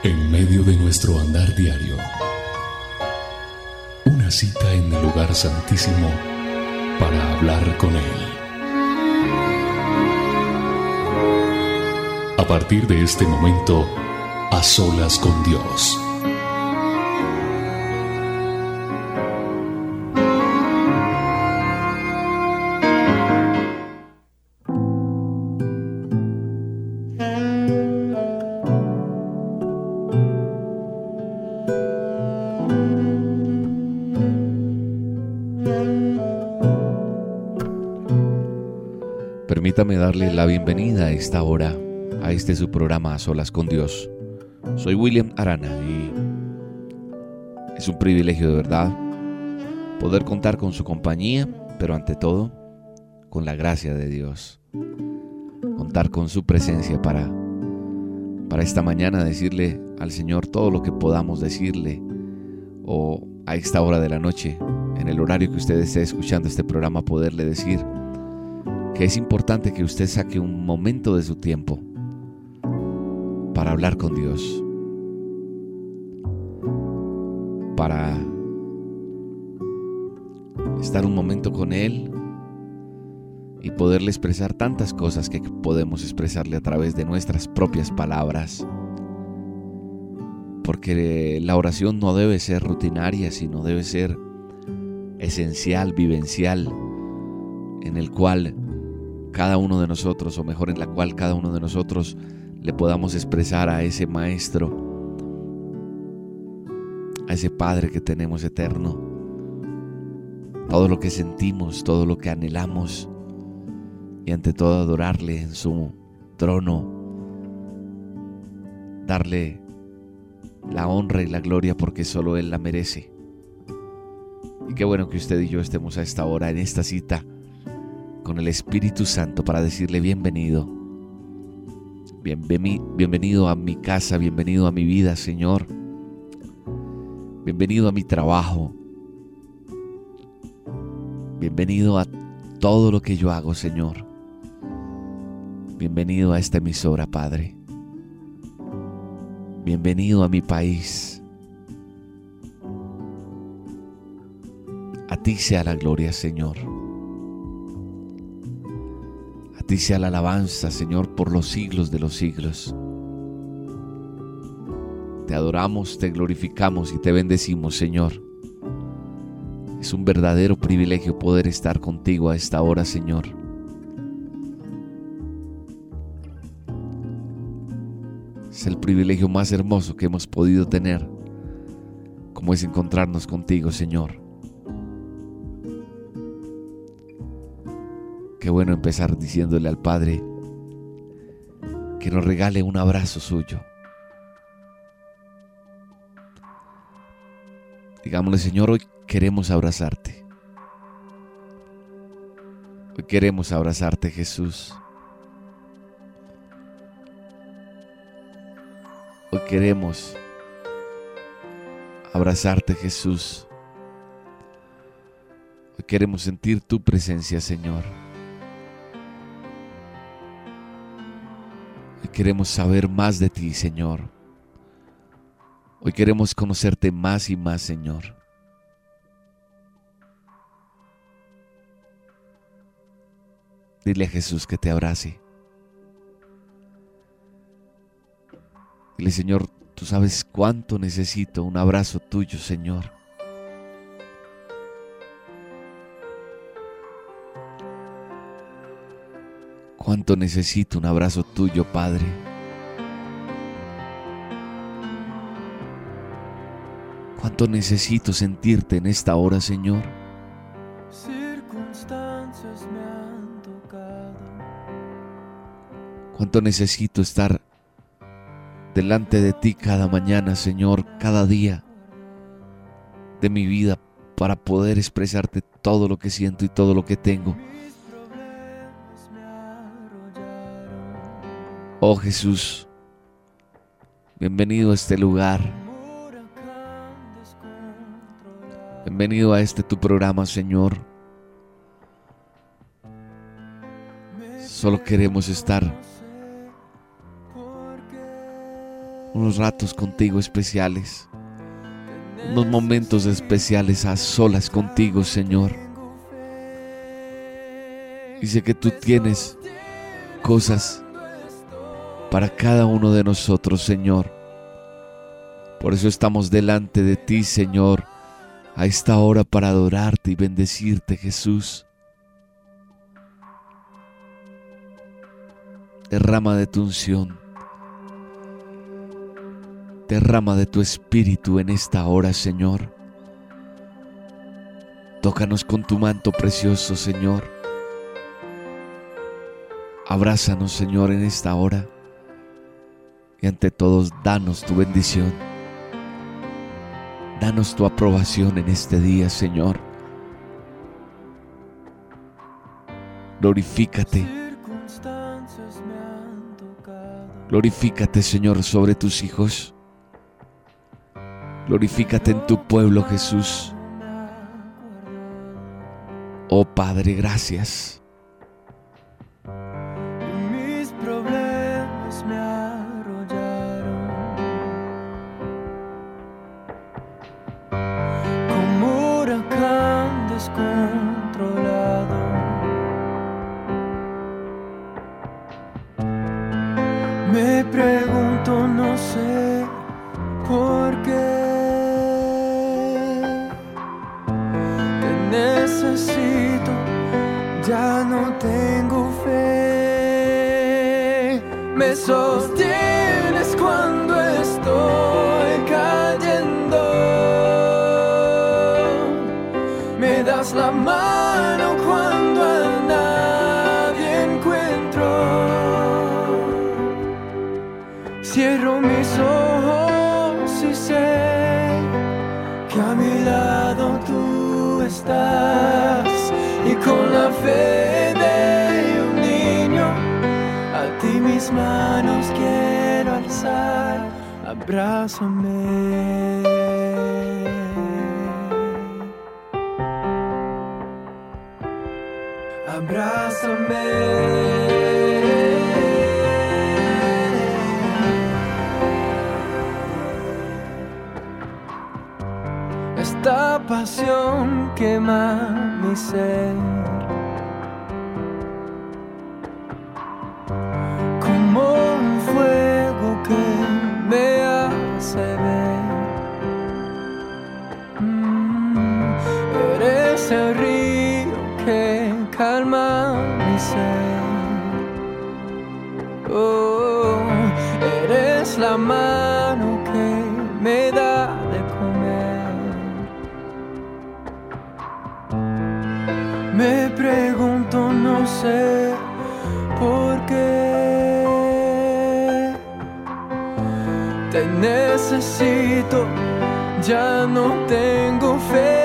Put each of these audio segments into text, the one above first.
En medio de nuestro andar diario, una cita en el lugar santísimo para hablar con Él. A partir de este momento, a solas con Dios. Permítame darle la bienvenida a esta hora a este su programa A Solas con Dios. Soy William Arana y es un privilegio de verdad poder contar con su compañía, pero ante todo con la gracia de Dios. Contar con su presencia para esta mañana decirle al Señor todo lo que podamos decirle, o a esta hora de la noche, en el horario que usted esté escuchando este programa, poderle decir que es importante que usted saque un momento de su tiempo para hablar con Dios, para estar un momento con Él y poderle expresar tantas cosas que podemos expresarle a través de nuestras propias palabras, porque la oración no debe ser rutinaria, sino debe ser esencial, vivencial, en el cual cada uno de nosotros, o mejor, en la cual cada uno de nosotros le podamos expresar a ese Maestro, a ese Padre que tenemos eterno, todo lo que sentimos, todo lo que anhelamos, y ante todo adorarle en su trono, darle la honra y la gloria porque solo Él la merece. Y qué bueno que usted y yo estemos a esta hora en esta cita con el Espíritu Santo para decirle bienvenido. Bienvenido a mi casa, bienvenido a mi vida, Señor. Bienvenido a mi trabajo. Bienvenido a todo lo que yo hago, Señor. Bienvenido a esta emisora, Padre. Bienvenido a mi país. A ti sea la gloria, Señor. A ti sea la alabanza, Señor, por los siglos de los siglos. Te adoramos, te glorificamos y te bendecimos, Señor. Es un verdadero privilegio poder estar contigo a esta hora, Señor. Es el privilegio más hermoso que hemos podido tener, como es encontrarnos contigo, Señor. Qué bueno empezar diciéndole al Padre que nos regale un abrazo suyo. Digámosle, Señor, hoy queremos abrazarte. Hoy queremos abrazarte, Jesús. Hoy queremos abrazarte, Jesús. Hoy queremos sentir tu presencia, Señor. Hoy queremos saber más de ti, Señor. Hoy queremos conocerte más y más, Señor. Dile a Jesús que te abrace. Dile, Señor, tú sabes cuánto necesito un abrazo tuyo, Señor. Cuánto necesito un abrazo tuyo, Padre. Cuánto necesito sentirte en esta hora, Señor. Circunstancias me han tocado. Cuánto necesito estar delante de ti cada mañana, Señor, cada día de mi vida, para poder expresarte todo lo que siento y todo lo que tengo. Oh Jesús, bienvenido a este lugar. Bienvenido a este tu programa, Señor. Solo queremos estar unos ratos contigo especiales, unos momentos especiales a solas contigo, Señor. Y sé que tú tienes cosas para cada uno de nosotros, Señor. Por eso estamos delante de ti, Señor, a esta hora para adorarte y bendecirte, Jesús. Derrama de tu unción, derrama de tu espíritu en esta hora, Señor. Tócanos con tu manto precioso, Señor. Abrázanos, Señor, en esta hora. Y ante todos, danos tu bendición. Danos tu aprobación en este día, Señor. Glorifícate. Glorifícate, Señor, sobre tus hijos. Glorifícate en tu pueblo, Jesús. Oh Padre, gracias. Mis problemas me arrollaron como huracán descontrolado. Me pregunto, no sé por qué te necesito, ya no tengo fe. Me sostienes cuando estoy cayendo, me das la mano cuando a nadie encuentro. Cierro mis ojos y sé que a mi lado tú estás, y con la fe de un niño a ti mis manos quiero alzar. Abrázame. Esta pasión quema mi ser como un fuego que me hace ver. Eres el río que calma mi ser. Oh, eres la mano que me da de comer. Me pregunto, no sé por qué te necesito, ya no tengo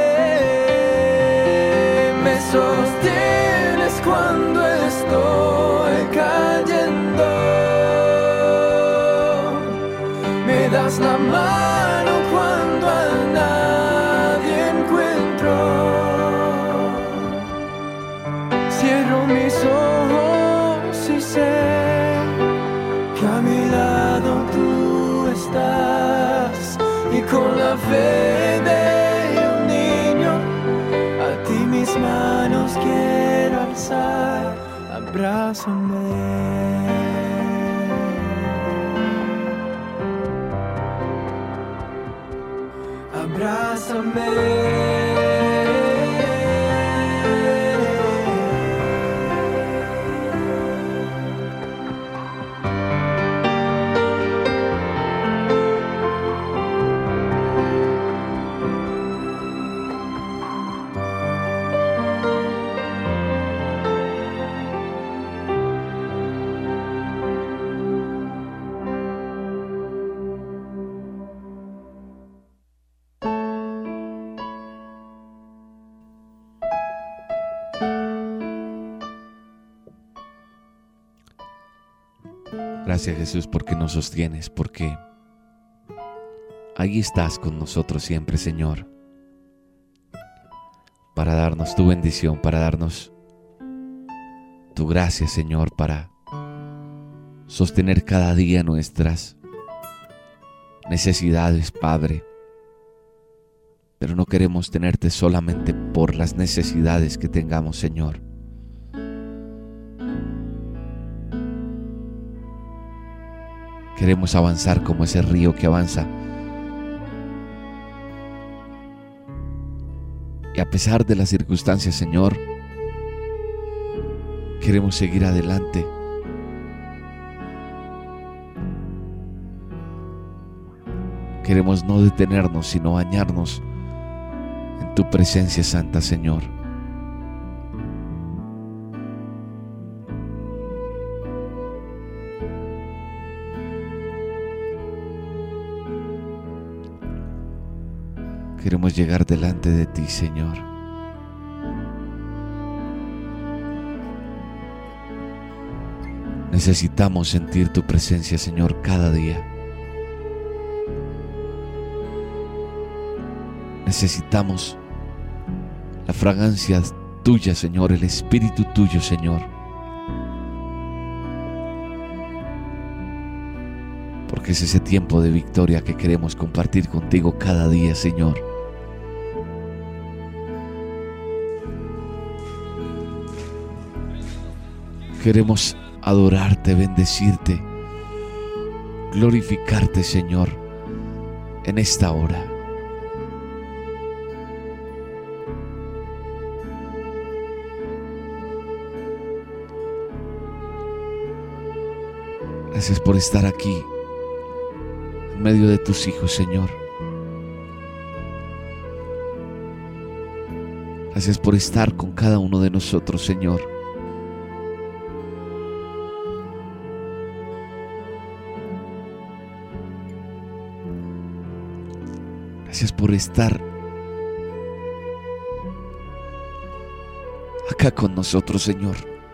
fe. Me sostienes cuando estoy cayendo, me das la mano cuando a nadie encuentro. Cierro mis ojos y sé que a mi lado tú estás, y con la fe de un niño a ti mis manos quiero alzar. Abrázame. Abrázame. Gracias, Jesús, porque nos sostienes, porque ahí estás con nosotros siempre, Señor, para darnos tu bendición, para darnos tu gracia, Señor, para sostener cada día nuestras necesidades, Padre. Pero no queremos tenerte solamente por las necesidades que tengamos, Señor. Queremos avanzar como ese río que avanza. Y a pesar de las circunstancias, Señor, queremos seguir adelante. Queremos no detenernos, sino bañarnos en tu presencia santa, Señor. Queremos llegar delante de ti, Señor. Necesitamos sentir tu presencia, Señor, cada día. Necesitamos la fragancia tuya, Señor, el Espíritu tuyo, Señor. Porque es ese tiempo de victoria que queremos compartir contigo cada día, Señor. Queremos adorarte, bendecirte, glorificarte, Señor, en esta hora. Gracias por estar aquí, en medio de tus hijos, Señor. Gracias por estar con cada uno de nosotros, Señor. Gracias por estar acá con nosotros, Señor.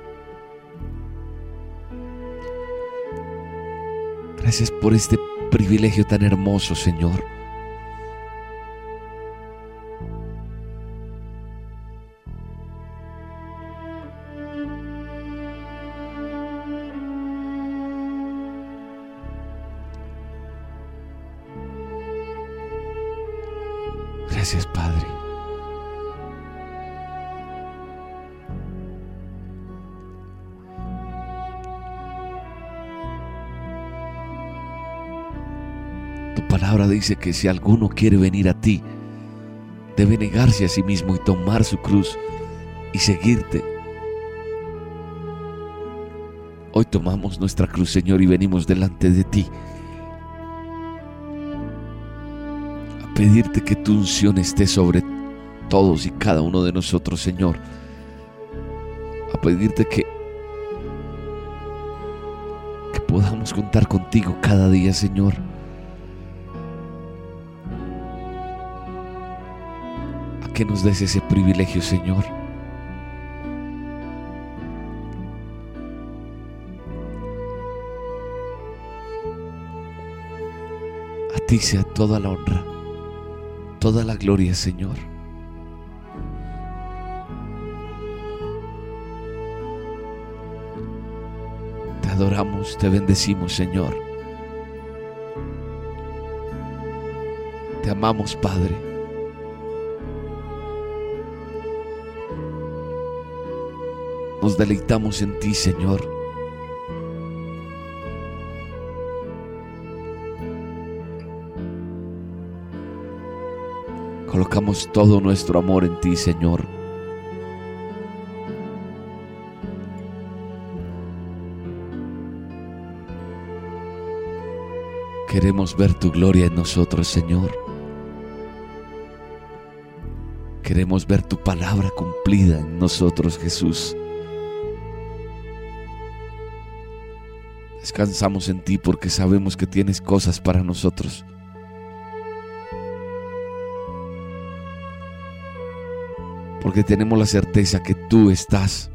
Gracias por este privilegio tan hermoso, Señor. Gracias, Padre. Tu palabra dice que si alguno quiere venir a ti, debe negarse a sí mismo y tomar su cruz y seguirte. Hoy tomamos nuestra cruz, Señor, y venimos delante de ti a pedirte que tu unción esté sobre todos y cada uno de nosotros, Señor. A pedirte que podamos contar contigo cada día, Señor. A que nos des ese privilegio, Señor. A ti sea toda la honra, toda la gloria, Señor. Te adoramos, te bendecimos, Señor. Te amamos, Padre. Nos deleitamos en ti, Señor. Colocamos todo nuestro amor en ti, Señor. Queremos ver tu gloria en nosotros, Señor. Queremos ver tu palabra cumplida en nosotros, Jesús. Descansamos en ti porque sabemos que tienes cosas para nosotros. Porque tenemos la certeza que tú estás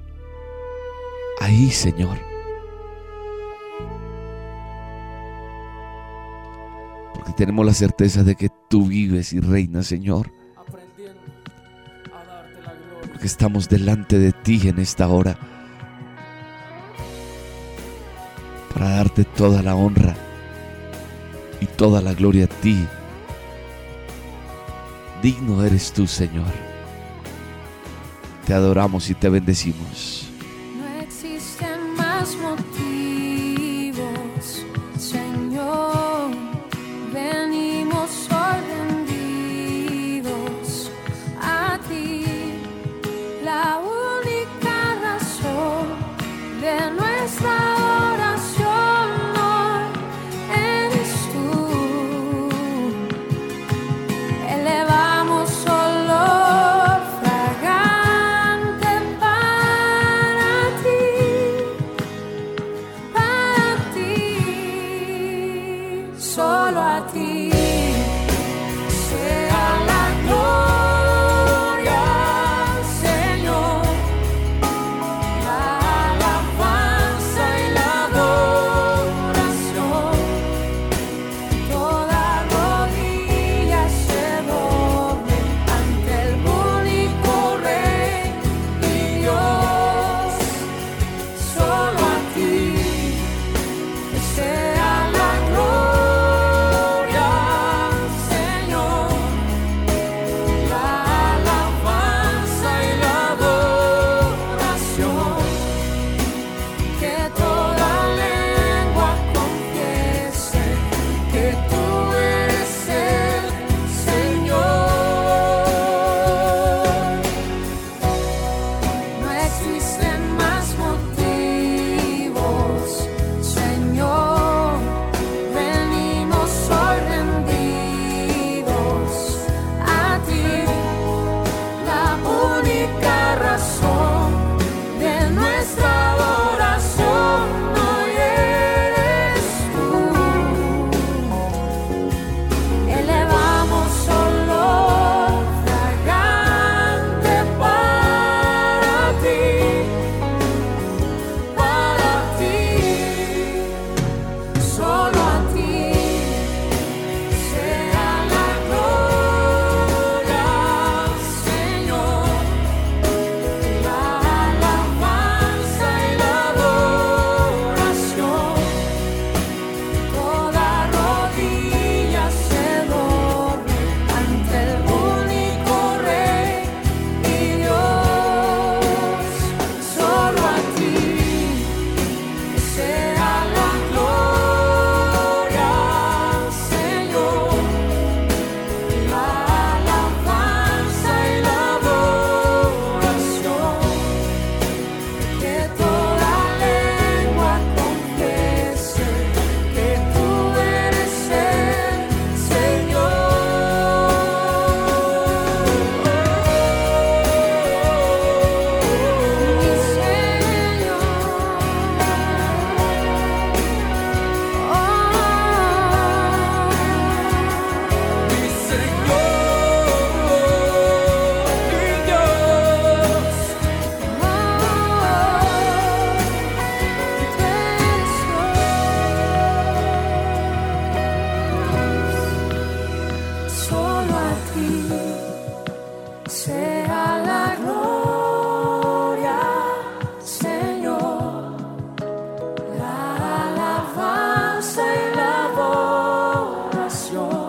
ahí, Señor. Porque tenemos la certeza de que tú vives y reinas, Señor. Porque estamos delante de ti en esta hora para darte toda la honra y Toda la gloria a ti. Digno eres tú, Señor. Te adoramos y te bendecimos. No existen más motivos, Señor. Venimos hoy rendidos a ti. La única razón de nuestra oración hoy eres tú. Elevamos olor fragante para ti, solo a ti. Sea la gloria, Señor, la alabanza y la adoración. Toda rodilla se doble ante el único Rey y Dios. Solo a ti sea la gloria, Señor, la alabanza y la adoración. Que toda lengua confiese que tú eres el Señor. No existen más motivos, Señor. Venimos hoy rendidos a ti. La única razón de nuestra adoración hoy eres tú. Elevamos olor fragante para ti, solo a ti. Sea la gloria, Señor, la alabanza y la adoración. Toda rodilla se doble ante el único Rey y Dios. Solo a ti sea la gloria, Señor, la alabanza y la adoración. Que toda lengua confiese que tú eres el Señor. Mi Señor, mi solo a ti sea la gloria, Señor, la alabanza y la adoración.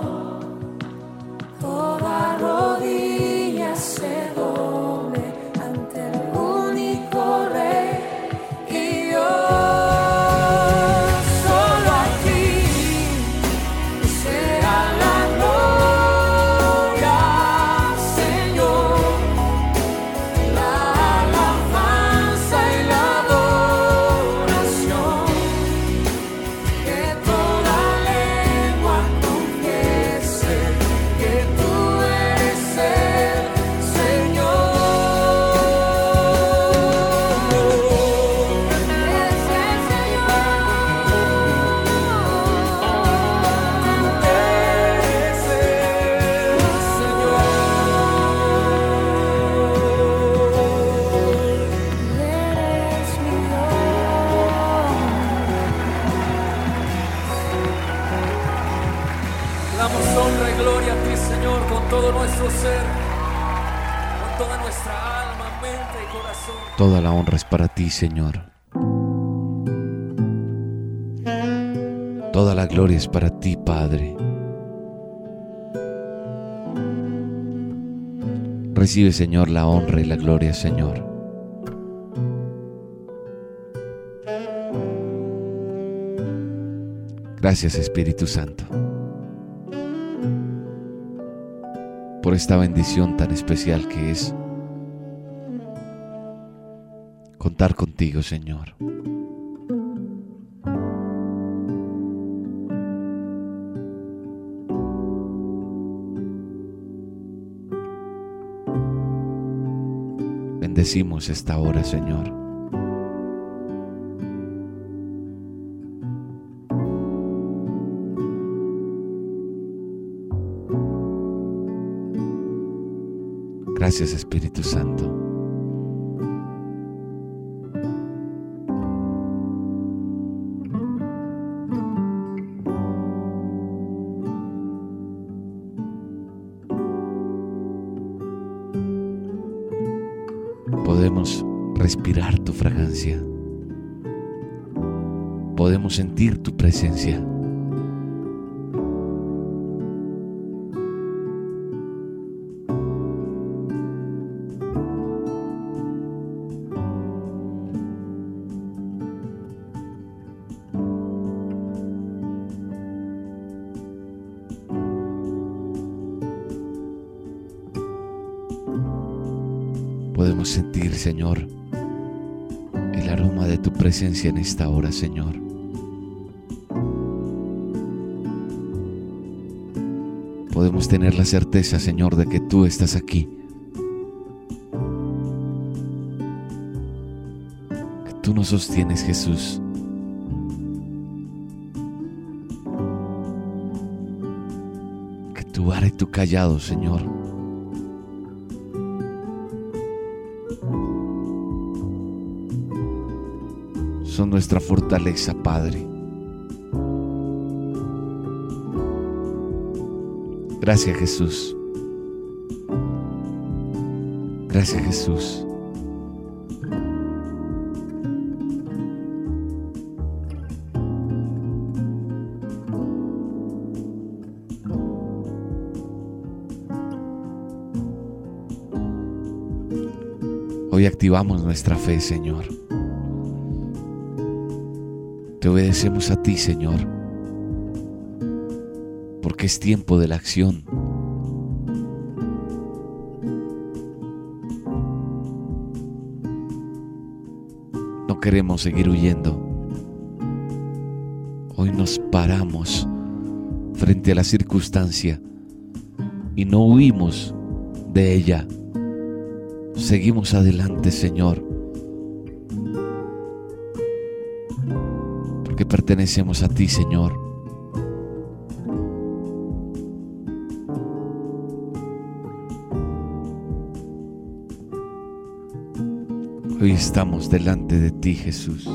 Toda rodilla se doble ante el único Rey y Dios. Solo a ti sea la gloria, Señor, la alabanza y la adoración. Que toda lengua confiese que tú eres el Señor. Eres el Eres mi Damos honra y gloria a ti, Señor, con todo nuestro ser, con toda nuestra alma, mente y corazón. Toda la honra es para ti, Señor. Toda la gloria es para ti, Padre. Recibe, Señor, la honra y la gloria, Señor. Gracias, Espíritu Santo, por esta bendición tan especial que es contar contigo, Señor. Bendecimos esta hora, Señor. Gracias, Espíritu Santo. Podemos respirar tu fragancia. Podemos sentir tu presencia. Podemos sentir, Señor, el aroma de tu presencia en esta hora, Señor. Podemos tener la certeza, Señor, de que tú estás aquí. Que tú nos sostienes, Jesús. Que tu vara y tu callado, Señor, son nuestra fortaleza, Padre. Gracias, Jesús. Gracias, Jesús. Hoy activamos nuestra fe, Señor. Te obedecemos a ti, Señor, porque es tiempo de la acción. No queremos seguir huyendo. Hoy nos paramos frente a la circunstancia y no huimos de ella. Seguimos adelante, Señor, porque pertenecemos a ti, Señor. Hoy estamos delante de ti, Jesús,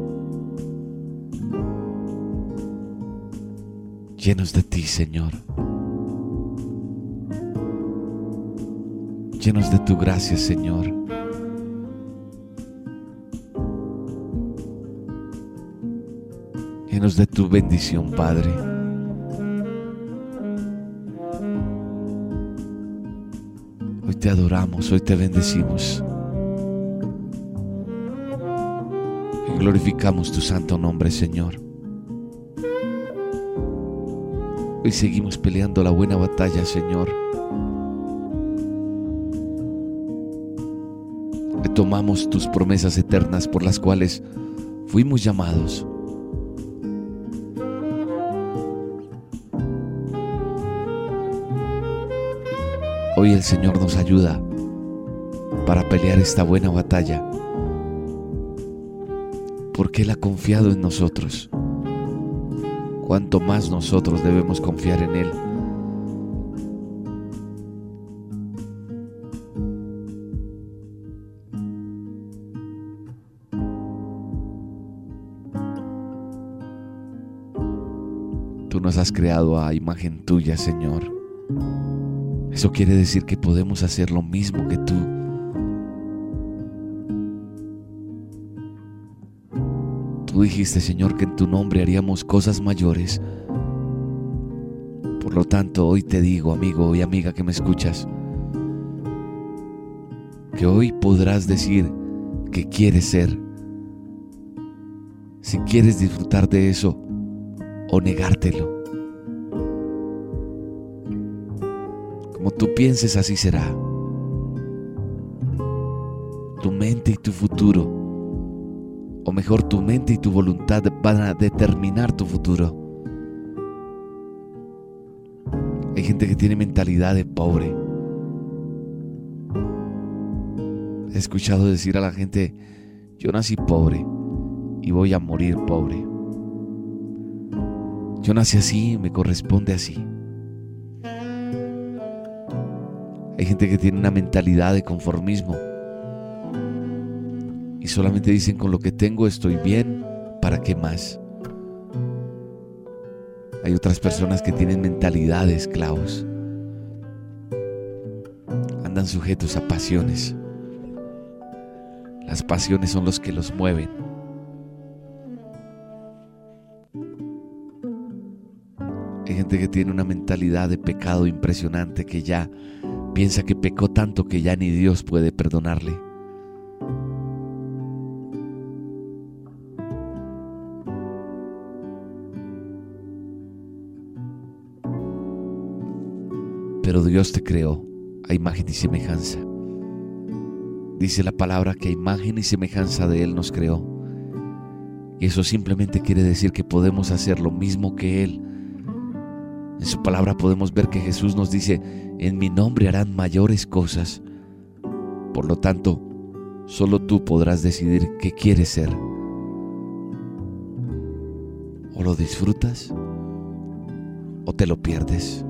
llenos de ti, Señor, llenos de tu gracia, Señor. Llenos de tu bendición, Padre. Hoy te adoramos, hoy te bendecimos. Y glorificamos tu santo nombre, Señor. Hoy seguimos peleando la buena batalla, Señor. Tomamos tus promesas eternas por las cuales fuimos llamados. Hoy el Señor nos ayuda para pelear esta buena batalla, porque Él ha confiado en nosotros. Cuanto más nosotros debemos confiar en Él. Tú nos has creado a imagen tuya, Señor. Eso quiere decir que podemos hacer lo mismo que tú. Tú Tú dijiste, Señor, que en tu nombre haríamos cosas mayores. Por lo tanto, hoy te digo, amigo y amiga que me escuchas, que hoy podrás decir que quieres ser. Si quieres disfrutar de eso o negártelo. Como tú pienses, así será. Tu mente y tu futuro, o mejor, tu mente y tu voluntad van a determinar tu futuro. Hay gente que tiene mentalidad de pobre. He escuchado decir a la gente: yo nací pobre y voy a morir pobre. Yo nací así y me corresponde así. Hay gente que tiene una mentalidad de conformismo y solamente dicen: con lo que tengo estoy bien, ¿para qué más? Hay otras personas que tienen mentalidad de esclavos. Andan sujetos a pasiones. Las pasiones son los que los mueven. Hay gente que tiene una mentalidad de pecado impresionante, que ya piensa que pecó tanto que ya ni Dios puede perdonarle. Pero Dios te creó a imagen y semejanza. Dice la palabra que a imagen y semejanza de Él nos creó. Y eso simplemente quiere decir que podemos hacer lo mismo que Él. En su palabra podemos ver que Jesús nos dice: en mi nombre harán mayores cosas. Por lo tanto, solo tú podrás decidir qué quieres ser. O lo disfrutas o te lo pierdes.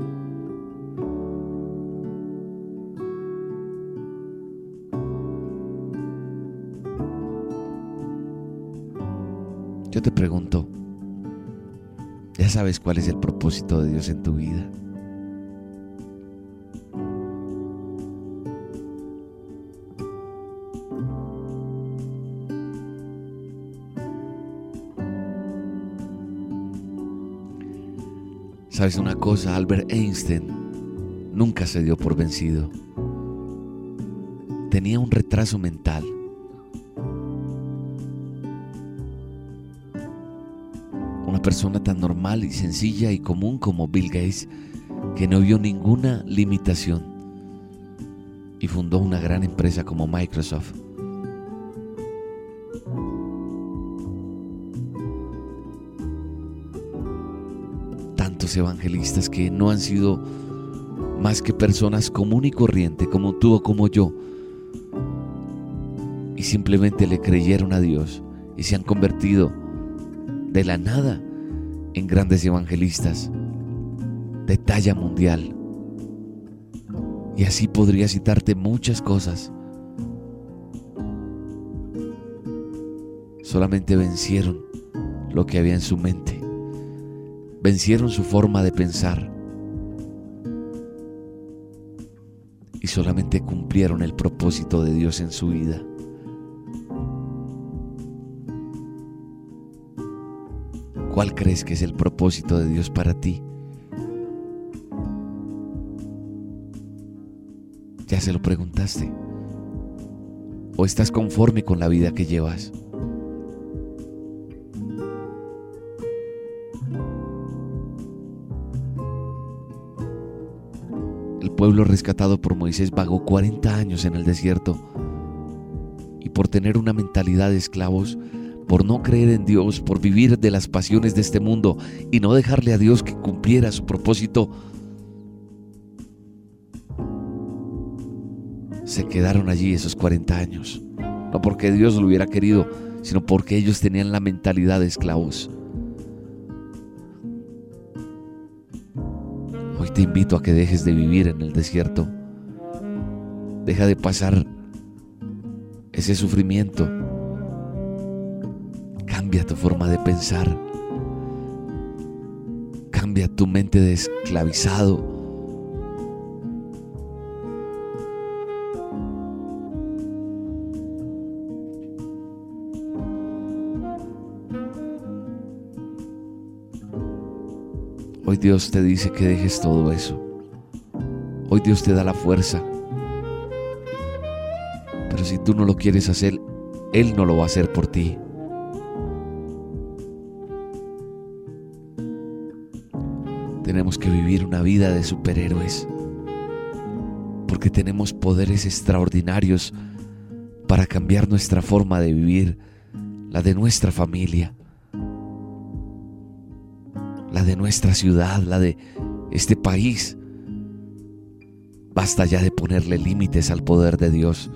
Yo te pregunto, ¿ya sabes cuál es el propósito de Dios en tu vida? ¿Sabes una cosa? Albert Einstein nunca se dio por vencido. Tenía un retraso mental. Una persona tan normal y sencilla y común como Bill Gates, que no vio ninguna limitación y fundó una gran empresa como Microsoft. Tantos evangelistas que no han sido más que personas común y corriente, como tú o como yo, y simplemente le creyeron a Dios y se han convertido de la nada en grandes evangelistas de talla mundial. Y así podría citarte muchas cosas. Solamente vencieron lo que había en su mente, vencieron su forma de pensar y solamente cumplieron el propósito de Dios en su vida. ¿Cuál crees que es el propósito de Dios para ti? ¿Ya se lo preguntaste? ¿O estás conforme con la vida que llevas? El pueblo rescatado por Moisés vagó 40 años en el desierto, y por tener una mentalidad de esclavos, por no creer en Dios, por vivir de las pasiones de este mundo y no dejarle a Dios que cumpliera su propósito, se quedaron allí esos 40 años. No porque Dios lo hubiera querido, sino porque ellos tenían la mentalidad de esclavos. Hoy te invito a que dejes de vivir en el desierto. Deja de pasar ese sufrimiento. Cambia tu forma de pensar. Cambia tu mente de esclavizado. Hoy Dios te dice que dejes todo eso. Hoy Dios te da la fuerza. Pero si tú no lo quieres hacer, Él no lo va a hacer por ti. Tenemos que vivir una vida de superhéroes, porque tenemos poderes extraordinarios para cambiar nuestra forma de vivir, la de nuestra familia, la de nuestra ciudad, la de este país. Basta ya de ponerle límites al poder de Dios.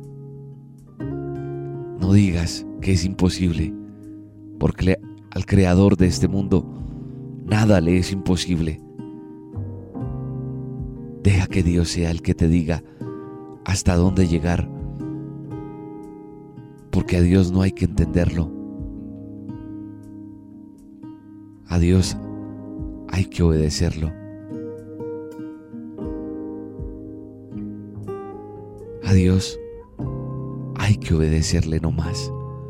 No digas que es imposible, porque al creador de este mundo nada le es imposible. Deja que Dios sea el que te diga hasta dónde llegar, porque a Dios no hay que entenderlo. A Dios hay que obedecerlo. A Dios hay que obedecerle no más.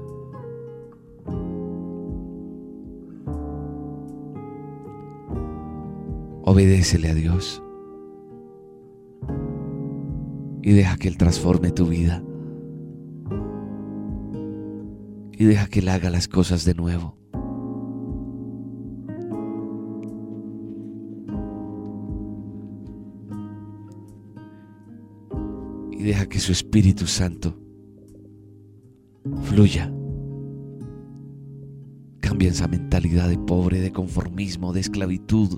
Obedécele a Dios y deja que Él transforme tu vida y deja que Él haga las cosas de nuevo. Y deja que su Espíritu Santo fluya. Cambia esa mentalidad de pobre, de conformismo, de esclavitud.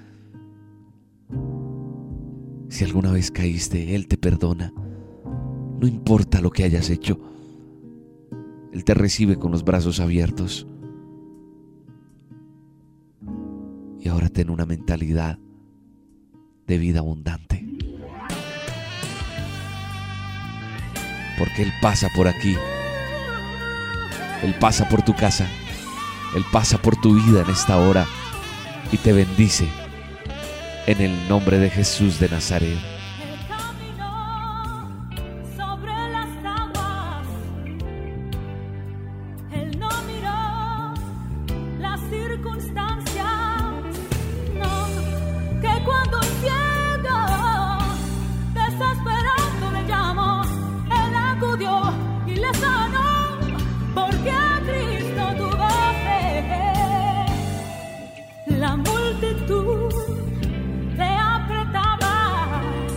Si alguna vez caíste, Él te perdona. No importa lo que hayas hecho, Él te recibe con los brazos abiertos. Y ahora ten una mentalidad de vida abundante. Porque Él pasa por aquí. Él pasa por tu casa. Él pasa por tu vida en esta hora y te bendice en el nombre de Jesús de Nazaret. Él caminó sobre las aguas. Él no miró las circunstancias. No, que cuando el ciego desesperado le llamó, Él acudió y le sanó, porque a Cristo tuvo fe. La multitud le apretaba,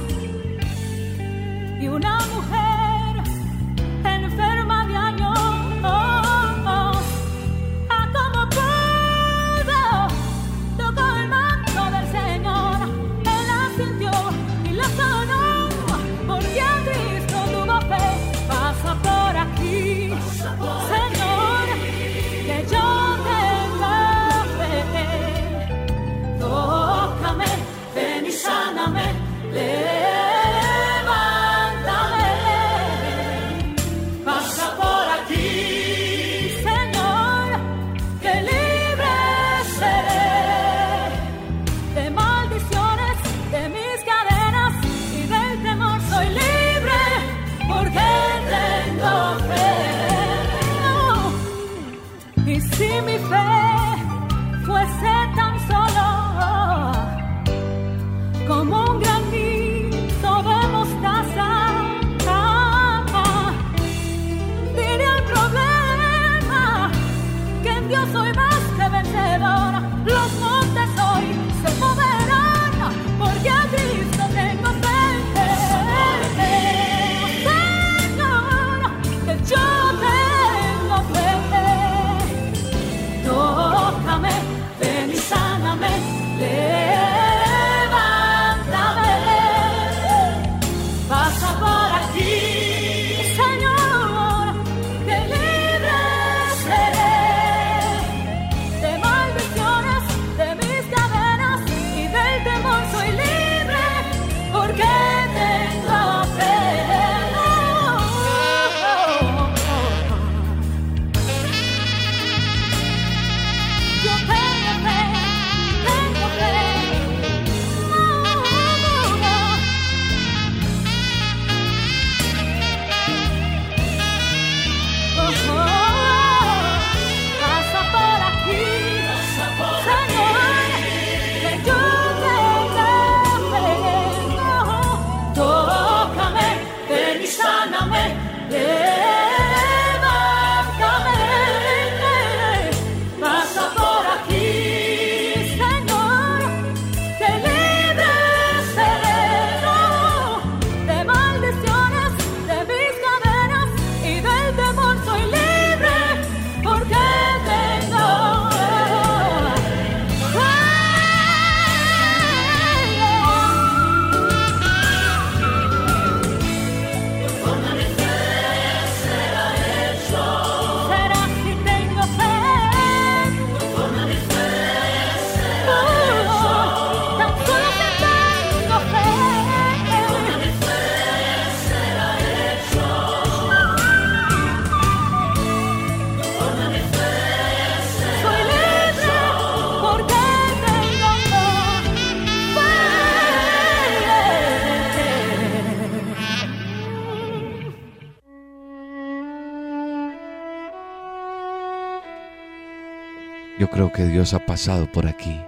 Yo creo que Dios ha pasado por aquí.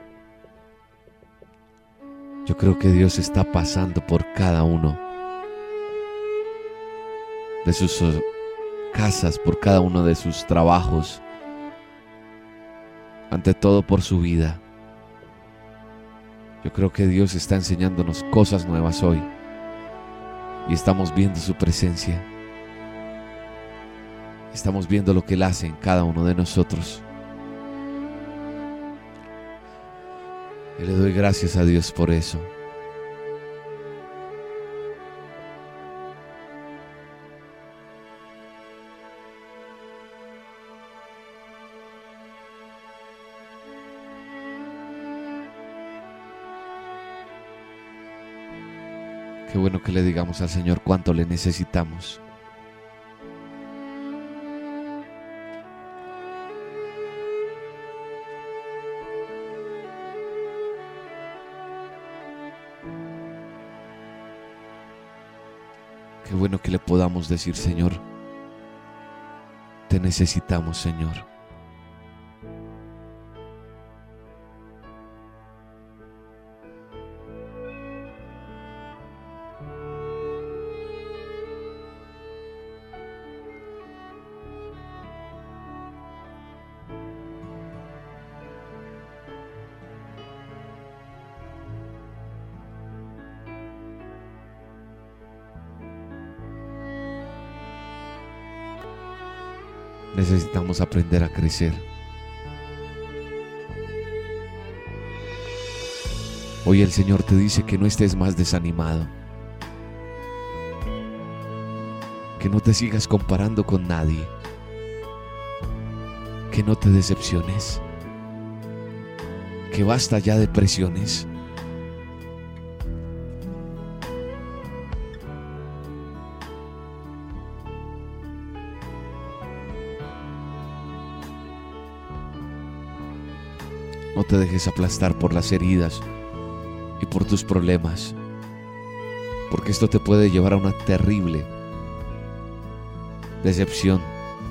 Yo creo que Dios está pasando por cada uno de sus casas, por cada uno de sus trabajos, ante todo por su vida. Yo creo que Dios está enseñándonos cosas nuevas hoy y estamos viendo su presencia. Estamos viendo lo que Él hace en cada uno de nosotros. Y le doy gracias a Dios por eso. Qué bueno que le digamos al Señor cuánto le necesitamos. Qué bueno que le podamos decir, Señor, te necesitamos, Señor. Necesitamos aprender a crecer. Hoy el Señor te dice que no estés más desanimado, que no te sigas comparando con nadie, que no te decepciones, que basta ya de presiones. No te dejes aplastar por las heridas y por tus problemas, porque esto te puede llevar a una terrible decepción.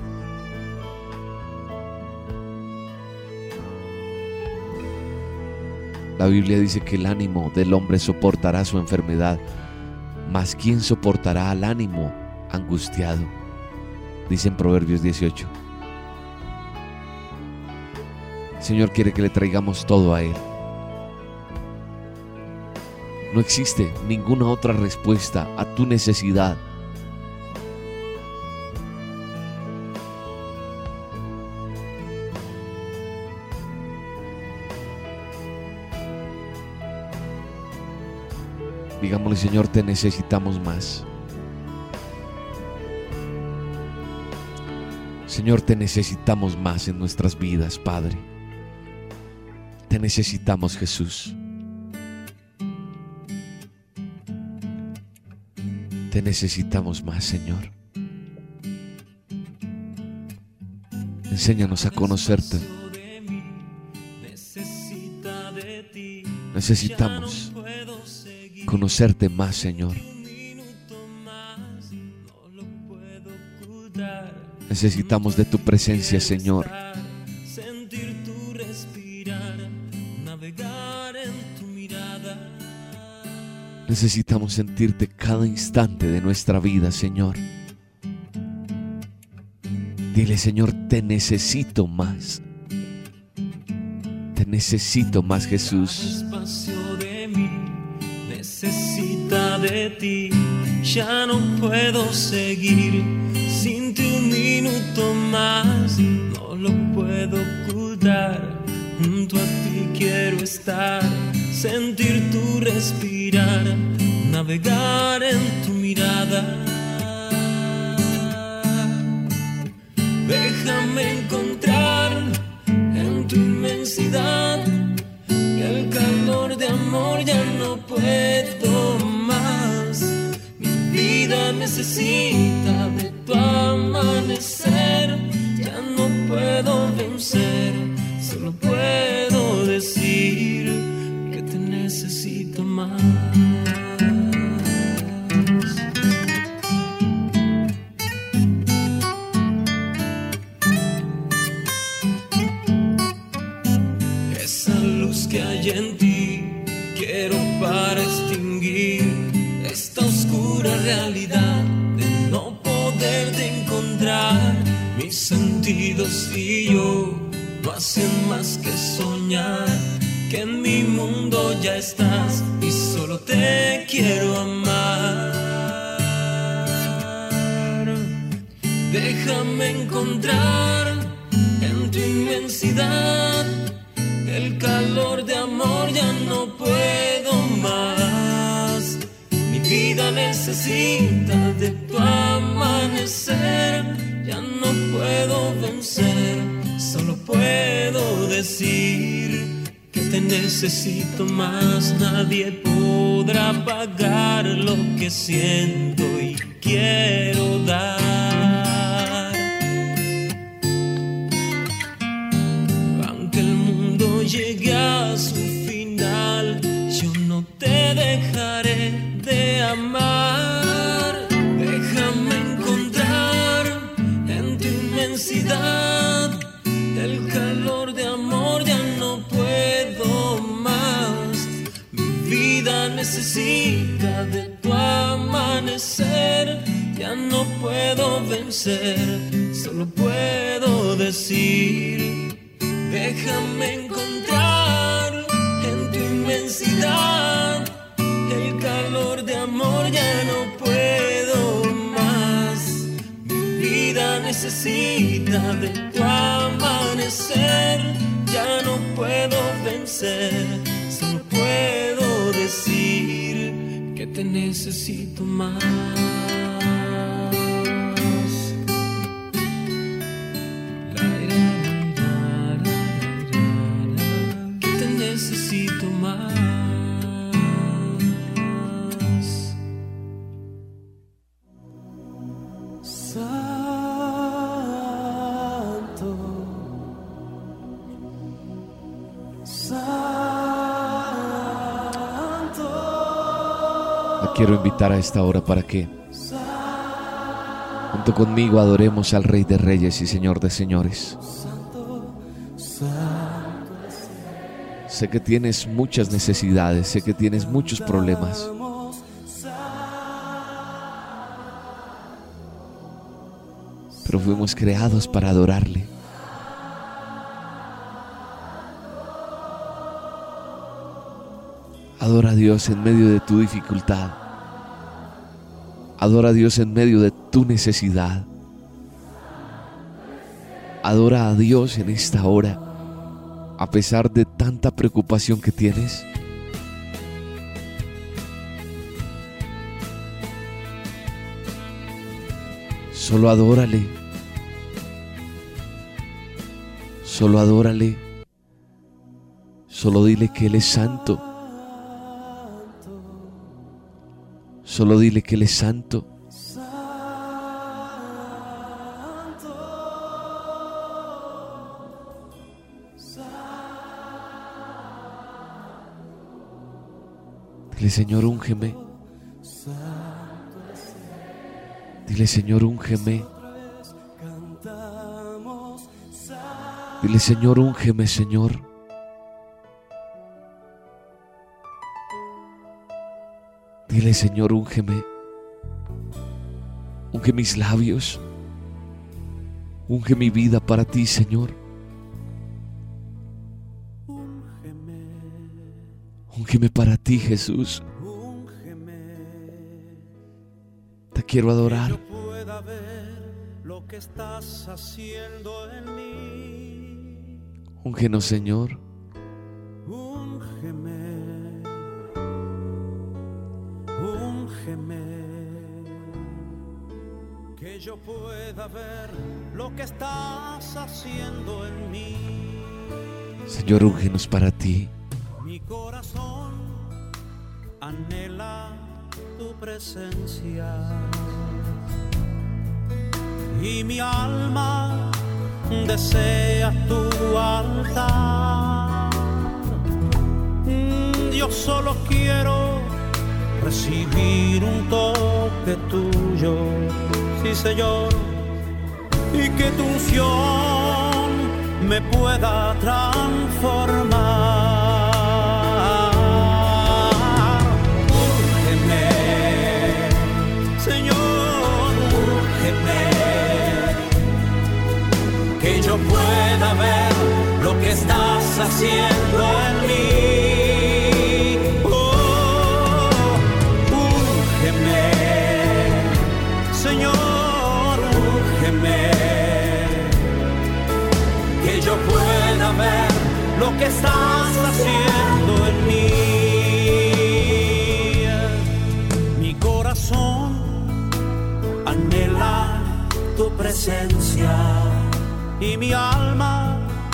La Biblia dice que el ánimo del hombre soportará su enfermedad, mas ¿quién soportará al ánimo angustiado? Dice en Proverbios 18. El Señor quiere que le traigamos todo a Él. No existe ninguna otra respuesta a tu necesidad. Digámosle, Señor, te necesitamos más. Señor, te necesitamos más en nuestras vidas, Padre. Te necesitamos, Jesús. Te necesitamos más, Señor. Enséñanos a conocerte. Necesitamos conocerte más, Señor. Necesitamos de tu presencia, Señor. Necesitamos sentirte cada instante de nuestra vida, Señor. Dile, Señor, te necesito más. Te necesito más, Jesús. Necesita de ti, ya no puedo seguir sin ti un minuto más, no lo puedo ocultar. Junto a ti quiero estar, sentir tu respirar, navegar en tu mirada. Déjame encontrar en tu inmensidad el calor de amor, ya no puedo más. Mi vida necesita de tu amanecer, ya no puedo vencer, solo puedo decir que te necesito más. hay en ti. Quiero para extinguir esta oscura realidad de no poderte encontrar. Mis sentidos y yo no hacen más que soñar que en mi mundo ya estás y solo te quiero amar. Déjame encontrar en tu inmensidad el calor de amor, ya no puedo más. Mi vida necesita de tu amanecer, ya no puedo vencer, solo puedo decir que te necesito más. Nadie podrá pagar lo que siento y quiero dar. Aunque el mundo llegue a su final, yo no te dejaré de amar. Déjame encontrar en tu inmensidad el calor de amor, ya no puedo más. Mi vida necesita de tu amanecer, ya no puedo vencer, solo puedo decir. Déjame encontrar en tu inmensidad el calor de amor, ya no puedo más. Mi vida necesita de tu amanecer, ya no puedo vencer, solo puedo decir que te necesito más. Que te necesito más. Quiero invitar a esta hora para que junto conmigo adoremos al Rey de Reyes y Señor de Señores. Sé que tienes muchas necesidades, sé que tienes muchos problemas, pero fuimos creados para adorarle. Adora a Dios en medio de tu dificultad. Adora a Dios en medio de tu necesidad. Adora a Dios en esta hora, a pesar de tanta preocupación que tienes. Solo adórale. Solo adórale. Solo dile que Él es santo. Solo dile que Él es santo. Dile, Señor, úngeme. Dile, Señor, úngeme. Dile, Señor, úngeme, Señor. Dile, Señor, úngeme. Unge mis labios. Unge mi vida para ti, Señor. Úngeme para ti, Jesús. Te quiero adorar. Que yo pueda ver lo que estás haciendo en mí. Úngenos, Señor. Úngeme. Úngeme. Que yo pueda ver lo que estás haciendo en mí. Señor, úngenos para ti. Mi corazón anhela tu presencia y mi alma desea tu altar. Yo solo quiero recibir un toque tuyo, sí, Señor, y que tu unción me pueda transformar. haciendo en mí. Oh, úngeme, Señor, úngeme, que yo pueda ver lo que estás haciendo en mí. Mi corazón anhela tu presencia y mi alma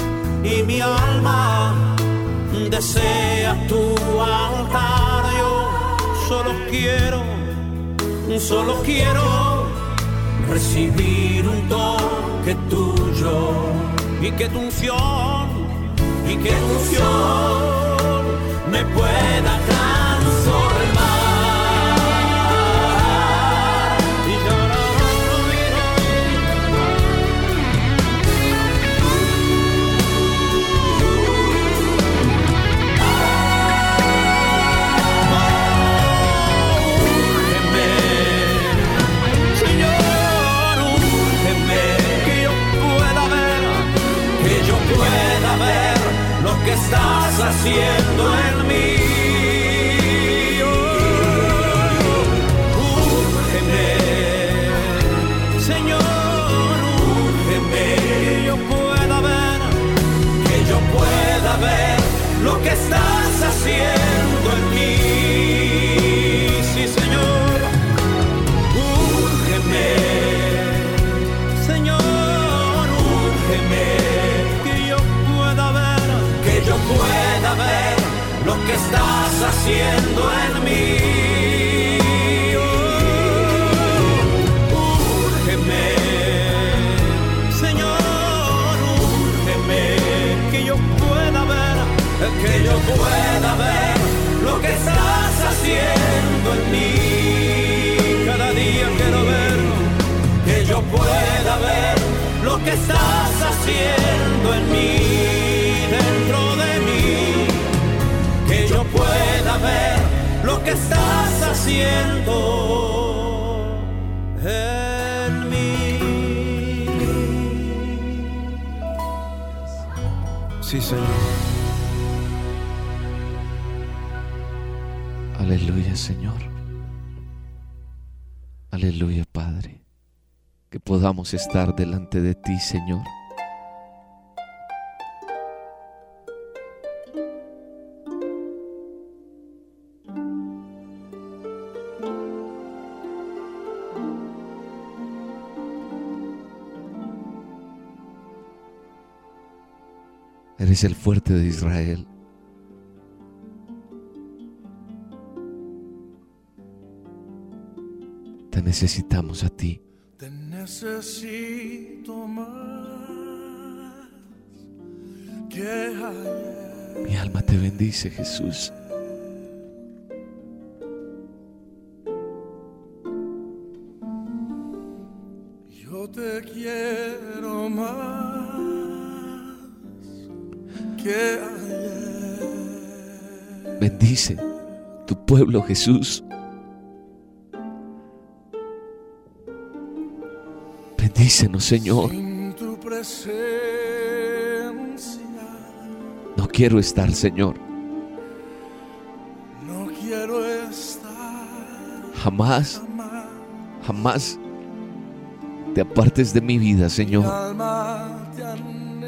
desea tu altar. Yo solo quiero recibir un toque tuyo y que tu unción me pueda transformar. Que estás haciendo en mí. Úngeme, Señor, úngeme, que yo pueda ver lo que estás haciendo en mí. Sí, Señor, úngeme, Señor, úngeme, que yo pueda ver lo que estás haciendo en mí. Úrgeme, Señor, úrgeme, que yo pueda ver lo que estás haciendo en mí. Cada día quiero verlo, que yo pueda ver lo que estás haciendo en mí. Dentro de mí, que yo pueda ver lo que estás haciendo en mí. Sí, Señor. Aleluya, Señor. Aleluya, Padre. Que podamos estar delante de ti, Señor. Eres el fuerte de Israel. Te necesitamos a ti. Te necesito más que ayer. Mi alma te bendice, Jesús. Yo te quiero más que ayer. Bendice tu pueblo, Jesús. Bendícenos, Señor. Sin tu presencia No quiero estar, Señor. no quiero estar. Jamás te apartes de mi vida, Mi Señor. alma te anhela.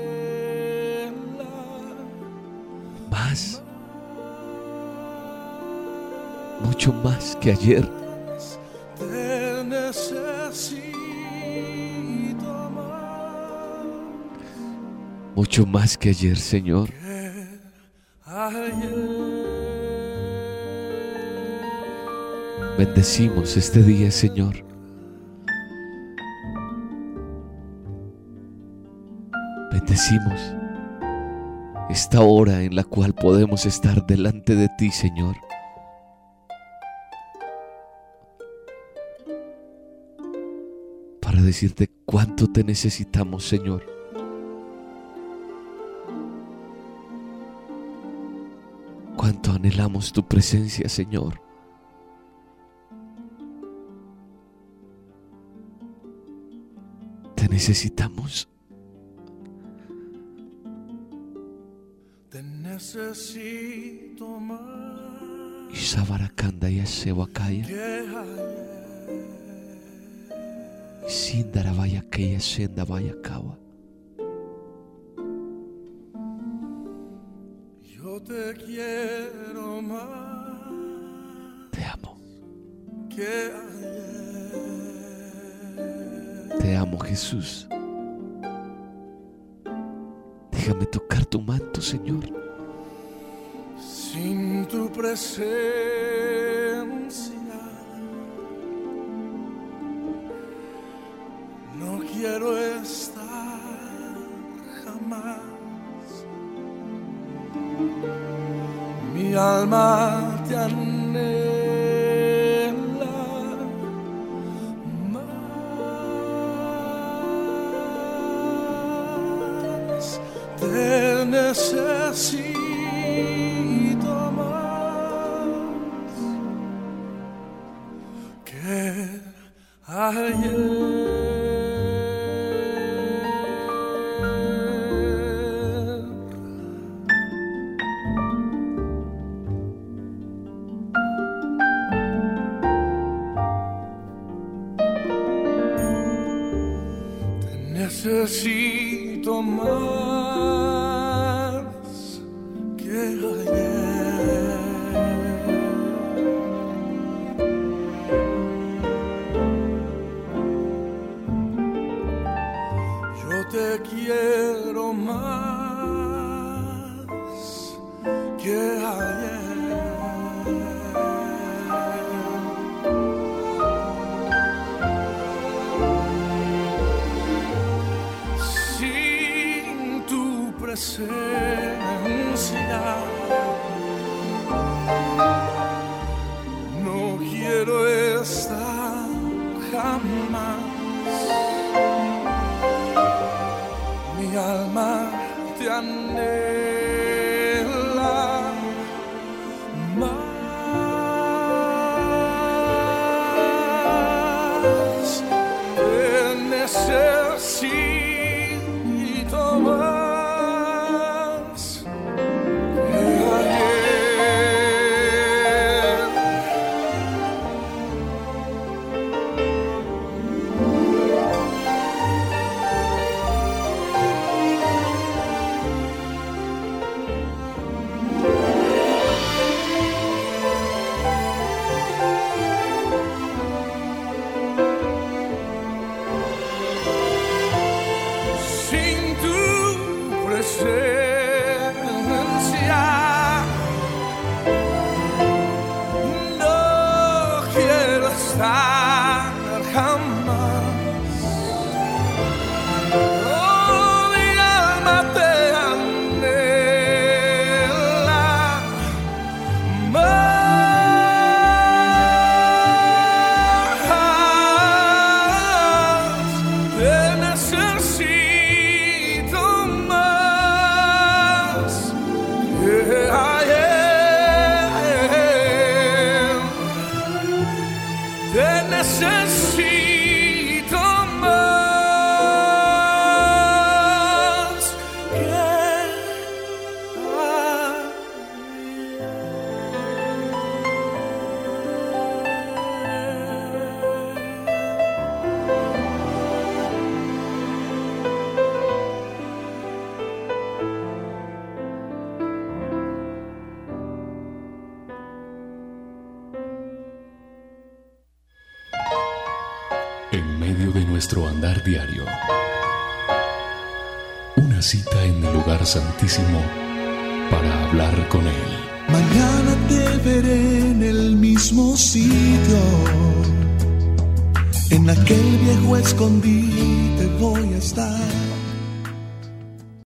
Más, mucho más que ayer. Te necesito más Mucho más que ayer, Señor. que ayer. Bendecimos este día, Señor. Bendecimos esta hora en la cual podemos estar delante de ti, Señor. Para decirte cuánto te necesitamos, Señor. Cuánto anhelamos tu presencia, Señor. Te necesitamos. necesito más Ishabarakanda Yashewakaya que ayer. Sindaravaya Keya Shendavaya Kawa. Yo te quiero más Te amo. que ayer. Te amo, Jesús. Déjame tocar tu manto, Señor. Sin tu presencia no quiero estar jamás. Mi alma te anhela más. Te necesito más que ayer. Te necesito más que ayer. Yo te quiero más que ayer. Sin tu presencia no quiero estar jamás. Mi alma te anhela más. Te necesito más que ayer. Sin tu presencia no quiero estar jamás. Oh, mi alma te anhela más. Te necesito más que ayer. Te necesito más que ayer. En medio de nuestro andar diario, una cita en el lugar santísimo para hablar con Él. Mañana te veré en el mismo sitio, en aquel viejo escondite voy a estar.